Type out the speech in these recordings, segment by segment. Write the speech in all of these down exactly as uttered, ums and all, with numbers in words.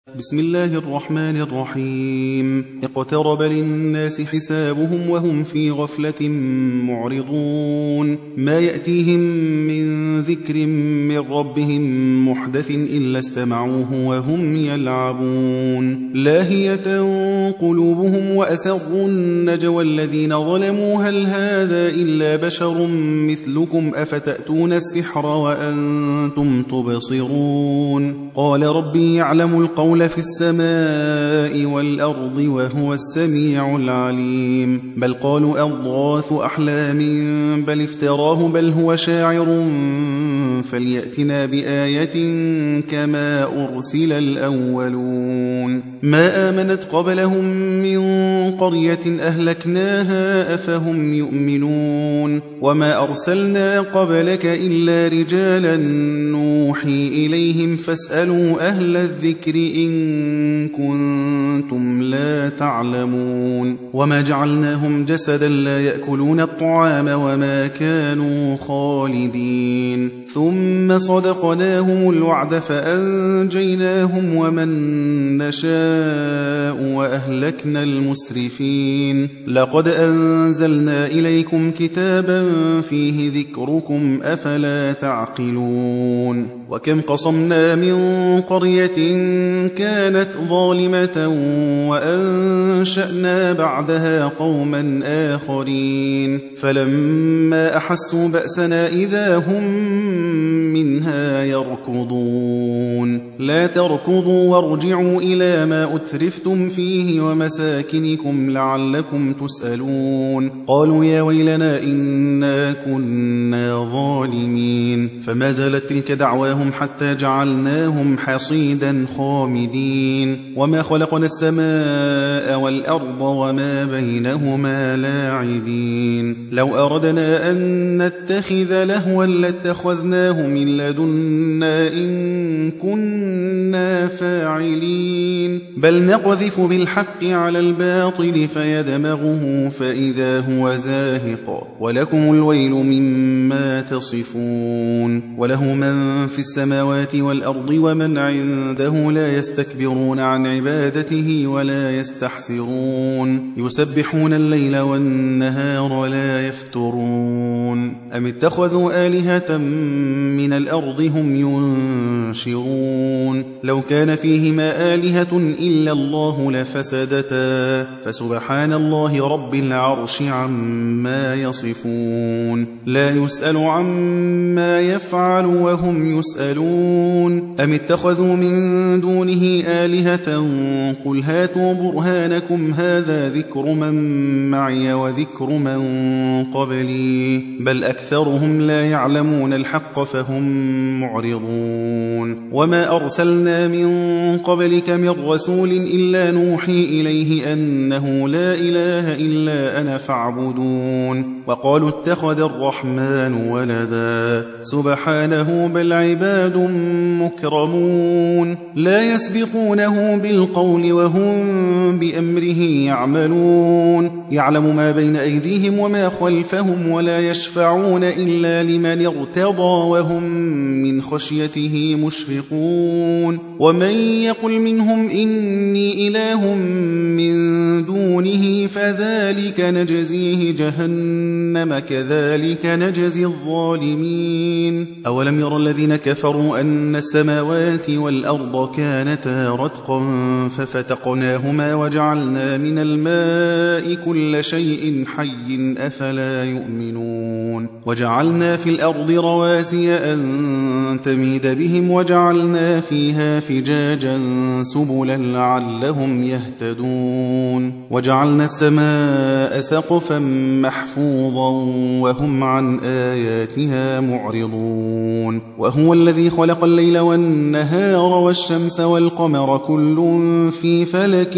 بسم الله الرحمن الرحيم. اقترب للناس حسابهم وهم في غفلة معرضون. ما يأتيهم من ذكر من ربهم محدث إلا استمعوه وهم يلعبون. لاهية قلوبهم وأسروا النجوى الذين ظلموا هل هذا إلا بشر مثلكم أفتأتون السحر وأنتم تبصرون. قال ربي يعلم القول في السماء والأرض وهو السميع العليم. بل قالوا أضغاث أحلام بل افتراه بل هو شاعر فليأتنا بآية كما أرسل الأولون. ما آمنت قبلهم من قرية أهلكناها أفهم يؤمنون. وما أرسلنا قبلك إلا رجالا نوحي إليهم فاسألوا أهل الذكر إن كنتم لا تعلمون. وما جعلناهم جسدا لا يأكلون الطعام وما كانوا خالدين. ثم صدقناهم الوعد فأنجيناهم ومن نشاء وأهلكنا المسرفين. لقد أنزلنا إليكم كتابا فيه ذكركم أفلا تعقلون. وكم قصمنا من قرية كانت ظالمة وأنشأنا بعدها قوما آخرين فلما أحسوا بأسنا إذا هم منها يركضون. لا تركضوا وارجعوا إلى ما أترفتم فيه ومساكنكم لعلكم تسألون. قالوا يا ويلنا إنا كنا ظالمين. فما زالت تلك دعواهم حتى جعلناهم حصيدا خامدين. وما خلقنا السماء والأرض وما بينهما لاعبين. لو أردنا أن نتخذ لهوا لاتخذناه من لدنا إن كنا فاعلين. بل نقذف بالحق على الباطل فيدمغه فإذا هو زاهق ولكم الويل مما تصفون. وله من في السماوات والأرض ومن عنده لا يستكبرون عن عبادته ولا يستحسرون. يسبحون الليل والنهار لا يفترون. أم اتخذوا آلهة من الأرض هم ينشرون. لو كان فيهما آلهة إلا الله لفسدتا فسبحان الله رب العرش عما يصفون. لا يسأل عما يفعل وهم يسألون. أم اتخذوا من دونه آلهة قل هاتوا برهانكم هذا ذكر من معي وذكر من قبلي بل أكثرهم لا يعلمون الحق فهم معرضون. وما أرسلنا من قبلك من رسول إلا نوحي إليه أنه لا إله إلا أنا فاعبدون. وقالوا اتخذ الرحمن ولدا سبحانه بل عباد مكرمون. لا يسبقونه بالقول وهم بأمره يعملون. يعلم ما بين أيديهم وما خلفهم ولا يشفعون إلا لمن ارتضى وهم من خشيته مشفقون. ومن يقل منهم إني إله من دونه فذلك نجزيه جهنم كذلك نجزي الظالمين. أولم يرى الذين كفروا أن السماوات والأرض كانتا رتقا ففتقناهما وجعلنا من الماء كل شيء حي أفلا يؤمنون. وجعلنا في الأرض رواسي أن تميد بهم وجعلنا فيها فجاجا سبلا لعلهم يهتدون. وجعلنا السماء سقفا محفوظا وهم عن آياتها معرضون. وهو الذي خلق الليل والنهار والشمس والقمر كل في فلك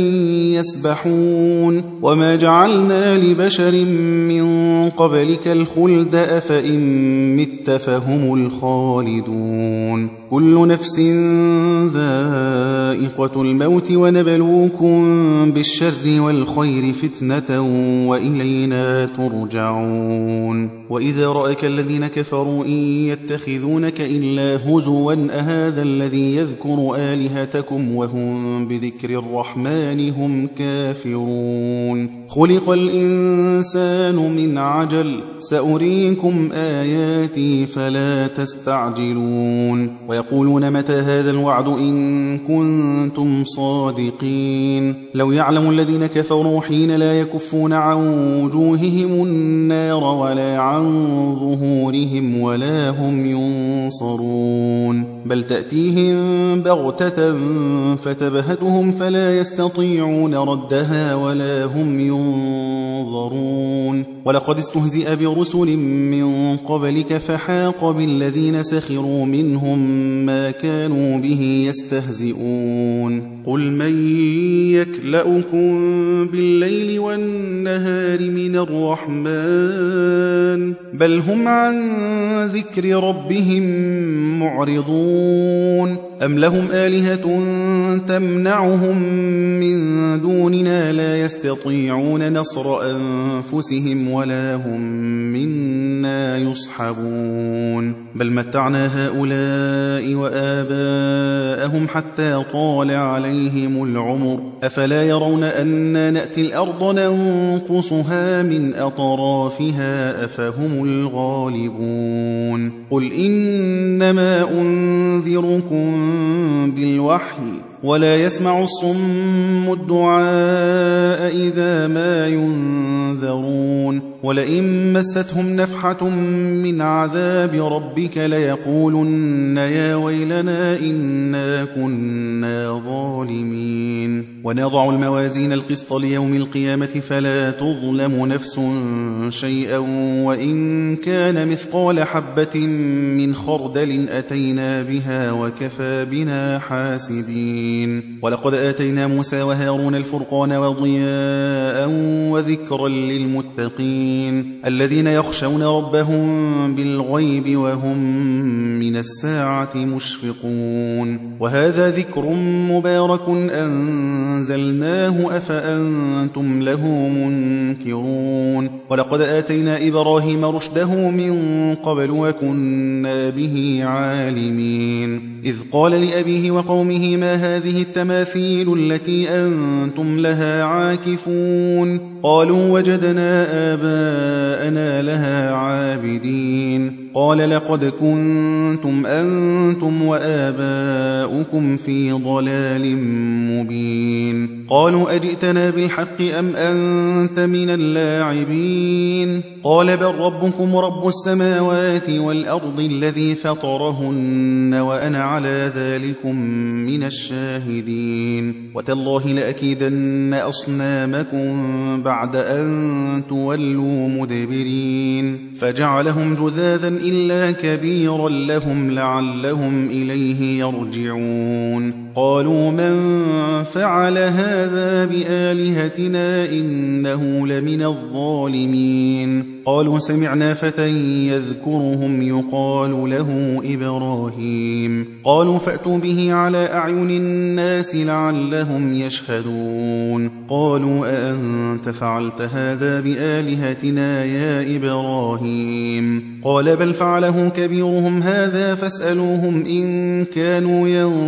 يسبحون. وما جعلنا لبشر من قبلك الخلد أفإن مت فهم الخالدون. كل نفس ذائقة الموت ونبلوكم بالشر والخير فتنة وإلينا ترجعون وإذا رأك الذين كفروا إن يتخذونك إلا هزوا أهذا الذي يذكر آلهتكم وهم بذكر الرحمن هم كافرون خلق الإنسان من عجل سأريكم آياتي فلا تستعجلون ويقولون متى هذا الوعد إن كنتم صادقين لو يعلم الذين كفروا حين لا يكفون عن وجوههم النار ولا عن ظهورهم ولا هم ينصرون بل تأتيهم بغتة فتبهتهم فلا يستطيعون ردها ولا هم ينظرون ولقد استهزئ برسل من قبلك فحاق بالذين سخروا منهم ما كانوا به يستهزئون قل من يكلأكم بالليل والنهار من الرحمن بل هم عن ذكر ربهم معرضون أم لهم آلهة تمنعهم من دوننا لا يستطيعون نصر أنفسهم ولا هم منا يصحبون بل متعنا هؤلاء وآباءهم حتى طال عليهم العمر أفلا يرون أنا نأتي الأرض ننقصها من أطرافها أفهم الغالبون قل إنما أنذركم بالوحي ولا يسمع الصم الدعاء إذا ما ينذرون ولئن مستهم نفحة من عذاب ربك ليقولن يا ويلنا إنا كنا ظالمين ونضع الموازين القسط ليوم القيامة فلا تظلم نفس شيئا وإن كان مثقال حبة من خردل أتينا بها وكفى بنا حاسبين ولقد آتينا موسى وهارون الفرقان وضياء وذكرا للمتقين الذين يخشون ربهم بالغيب وهم من الساعة مشفقون وهذا ذكر مبارك أنزلناه أفأنتم له منكرون ولقد آتينا إبراهيم رشده من قبل وكنا به عالمين إذ قال لأبيه وقومه ما هذه التماثيل التي أنتم لها عاكفون قالوا وجدنا آباءنا لها عابدين قال لقد كنتم أنتم وآباؤكم في ضلال مبين قالوا أجئتنا بالحق أم أنت من اللاعبين قال بل ربكم رب السماوات والأرض الذي فطرهن وأنا على ذلكم من الشاهدين وتالله لأكيدن أصنامكم بعد أن تولوا مدبرين فجعلهم جذاذا إلا كبيرا لهم لعلهم إليه يرجعون قالوا من فعل هذا بآلهتنا إنه لمن الظالمين قالوا سمعنا فتى يذكرهم يقال له إبراهيم قالوا فأتوا به على أعين الناس لعلهم يشهدون قالوا أأنت فعلت هذا بآلهتنا يا إبراهيم قال بل فعله كبيرهم هذا فاسألوهم إن كانوا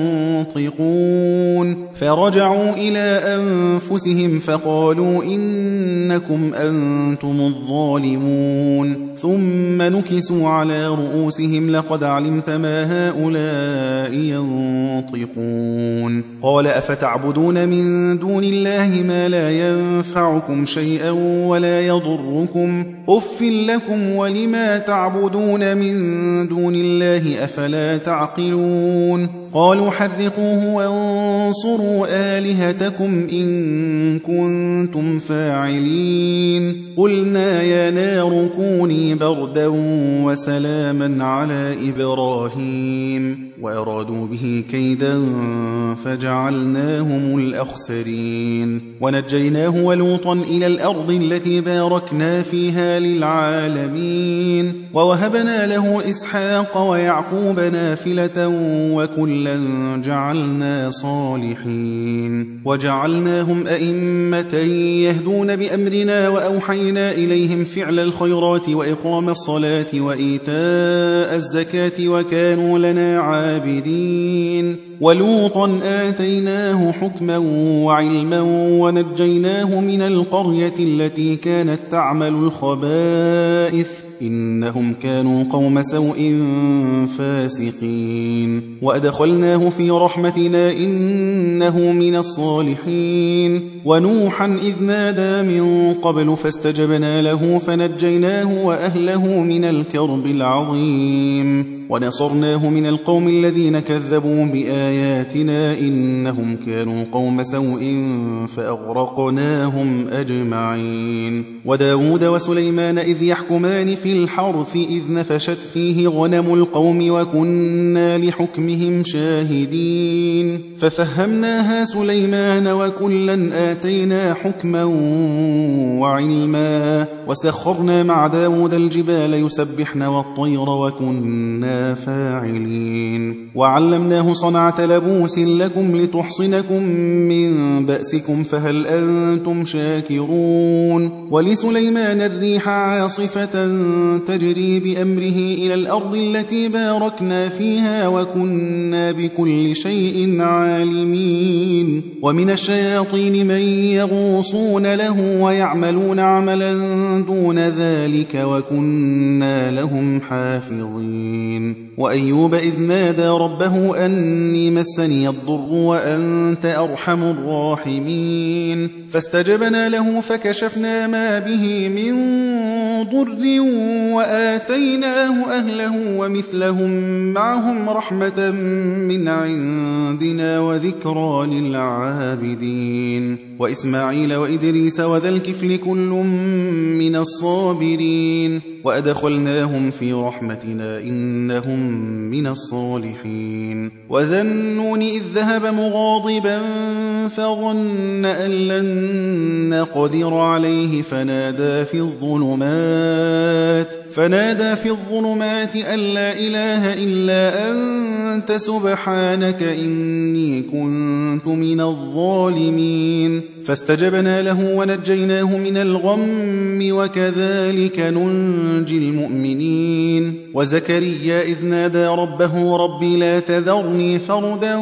ينطقون فرجعوا إلى أنفسهم فقالوا إنكم أنتم الظالمون ثم نكسوا على رؤوسهم لقد علمت ما هؤلاء ينطقون قال أفتعبدون من دون الله ما لا ينفعكم شيئا ولا يضركم أف لكم ولما تعبدون من دون الله أفلا تعقلون قالوا حرقوه وانصروا آلهتكم إن كنتم فاعلين قلنا يا نار كوني بردا وسلاما على إبراهيم وأرادوا به كيدا فجعلناهم الأخسرين ونجيناه ولوطا إلى الأرض التي باركنا فيها للعالمين ووهبنا له إسحاق ويعقوب نافلة وكلا جعلنا صالحين وجعلناهم أئمة يهدون بأمرنا وأوحينا إليهم فعل الخيرات وإقام الصلاة وإيتاء الزكاة وكانوا لنا عابدين ولوطا آتيناه حكما وعلما ونجيناه من القرية التي كانت تعمل الخبائث إنهم كانوا قوم سوء فاسقين وأدخلناه في رحمتنا إنه من الصالحين ونوحا إذ نادى من قبل فاستجبنا له فنجيناه وأهله من الكرب العظيم ونصرناه من القوم الذين كذبوا بآياتنا إنهم كانوا قوم سوء فأغرقناهم أجمعين وداود وسليمان إذ يحكمان في الحرث إذ نفشت فيه غنم القوم وكنا لحكمهم شاهدين ففهمناها سليمان وكلا آتينا حكما وعلما وسخرنا مع داود الجبال يسبحن والطير وكنا فاعلين وعلمناه صنعة لبوس لكم لتحصنكم من بأسكم فهل أنتم شاكرون ولسليمان الريح عاصفة تجري بأمره إلى الأرض التي باركنا فيها وكنا بكل شيء عالمين ومن الشياطين من يغوصون له ويعملون عملا دون ذلك وكنا لهم حافظين وأيوب إذ نادى ربه أني مسني الضر وأنت أرحم الراحمين فاستجبنا له فكشفنا ما به من ضر وآتيناه أهله ومثلهم معهم رحمة من عندنا وذكرى للعابدين وإسماعيل وإدريس وذا الكفل كل من الصابرين وأدخلناهم في رحمتنا إنهم من الصالحين وذا النون إذ ذهب مغاضبا فظن أن لن نقدر عليه فنادى في الظلمات فنادى في الظلمات أن لا إله إلا أنت سبحانك إني كنت من الظالمين فاستجبنا له ونجيناه من الغم وكذلك ننجي المؤمنين وزكريا إذ نادى ربه رب لا تذرني فردا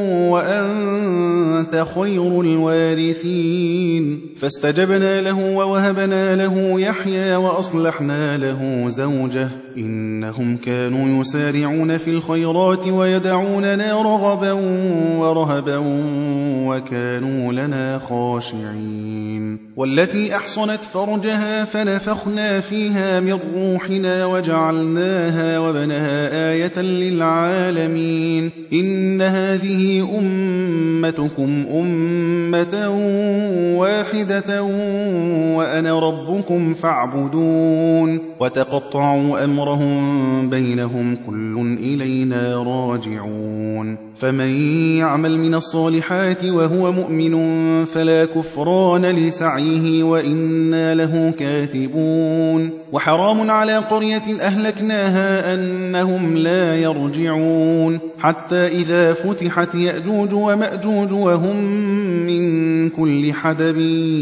وأنت خير الوارثين فاستجبنا له ووهبنا له يحيى وأصلحنا له زوجه إنهم كانوا يسارعون في الخيرات ويدعوننا رغبا ورهبا وكانوا لنا خاشعين والتي أحصنت فرجها فنفخنا فيها من روحنا وجعلناها وبنها آية للعالمين إن هذه أمتكم أمة واحدة وأنا ربكم فاعبدون وتقطعوا أمرهم بينهم كل إلينا راجعون فمن يعمل من الصالحات وهو مؤمن فلا كفران لسعيه وإنا له كاتبون وحرام على قرية أهلكناها أنهم لا يرجعون حتى إذا فتحت يأجوج ومأجوج وهم من كل حدب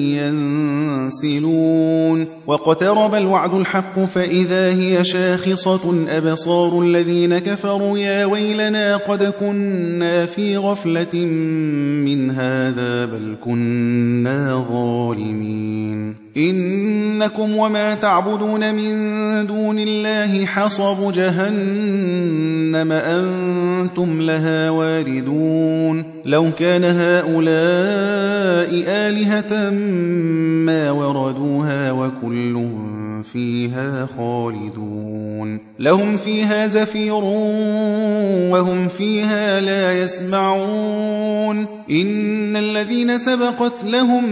ينسلون واقترب الوعد الحق فإذا هي شاخصة أبصار الذين كفروا يا ويلنا قد كنا في غفلة من هذا بل كنا ظالمين إنكم وما تعبدون من دون الله حصب جهنم أنتم لها واردون لو كان هؤلاء آلهة ما وردوها وكل فيها خالدون لهم فيها زفير وهم فيها لا يسمعون إن الذين سبقت لهم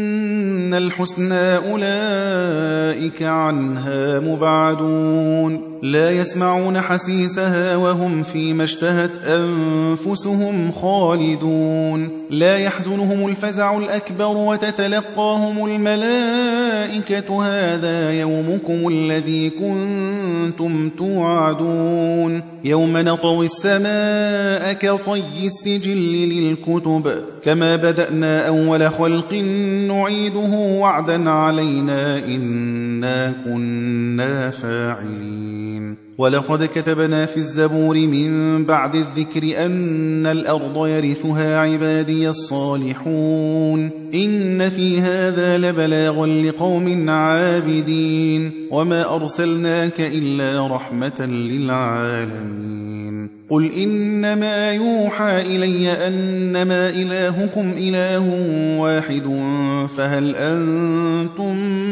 منا الحسنى أولئك عنها مبعدون لا يسمعون حسيسها وهم فيما اشتهت أنفسهم خالدون لا يحزنهم الفزع الأكبر وتتلقاهم الملائكة هذا يومكم الذي كنتم توعدون يوم نطوي السماء كطي السجل للكتب كما بدأنا أول خلق نعيده وعدا علينا إنا كنا فاعلين ولقد كتبنا في الزبور من بعد الذكر أن الأرض يرثها عبادي الصالحون إن في هذا لبلاغا لقوم عابدين وما أرسلناك إلا رحمة للعالمين قل إنما يوحى إلي أنما إلهكم إله واحد فهل أنتم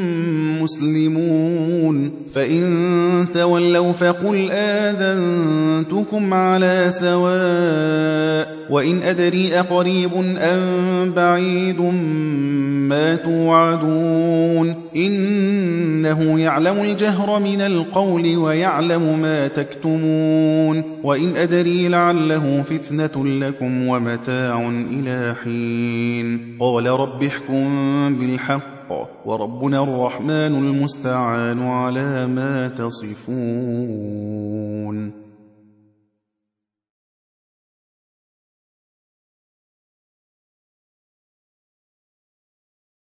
مسلمون فإن تولوا فقل آذنتكم على سواء وإن أدري أقريب أم بعيد ما توعدون إنه يعلم الجهر من القول ويعلم ما تكتمون وإن أدري لعله فتنة لكم ومتاع إلى حين قال رب احكم بالحق وربنا الرحمن المستعان على ما تصفون.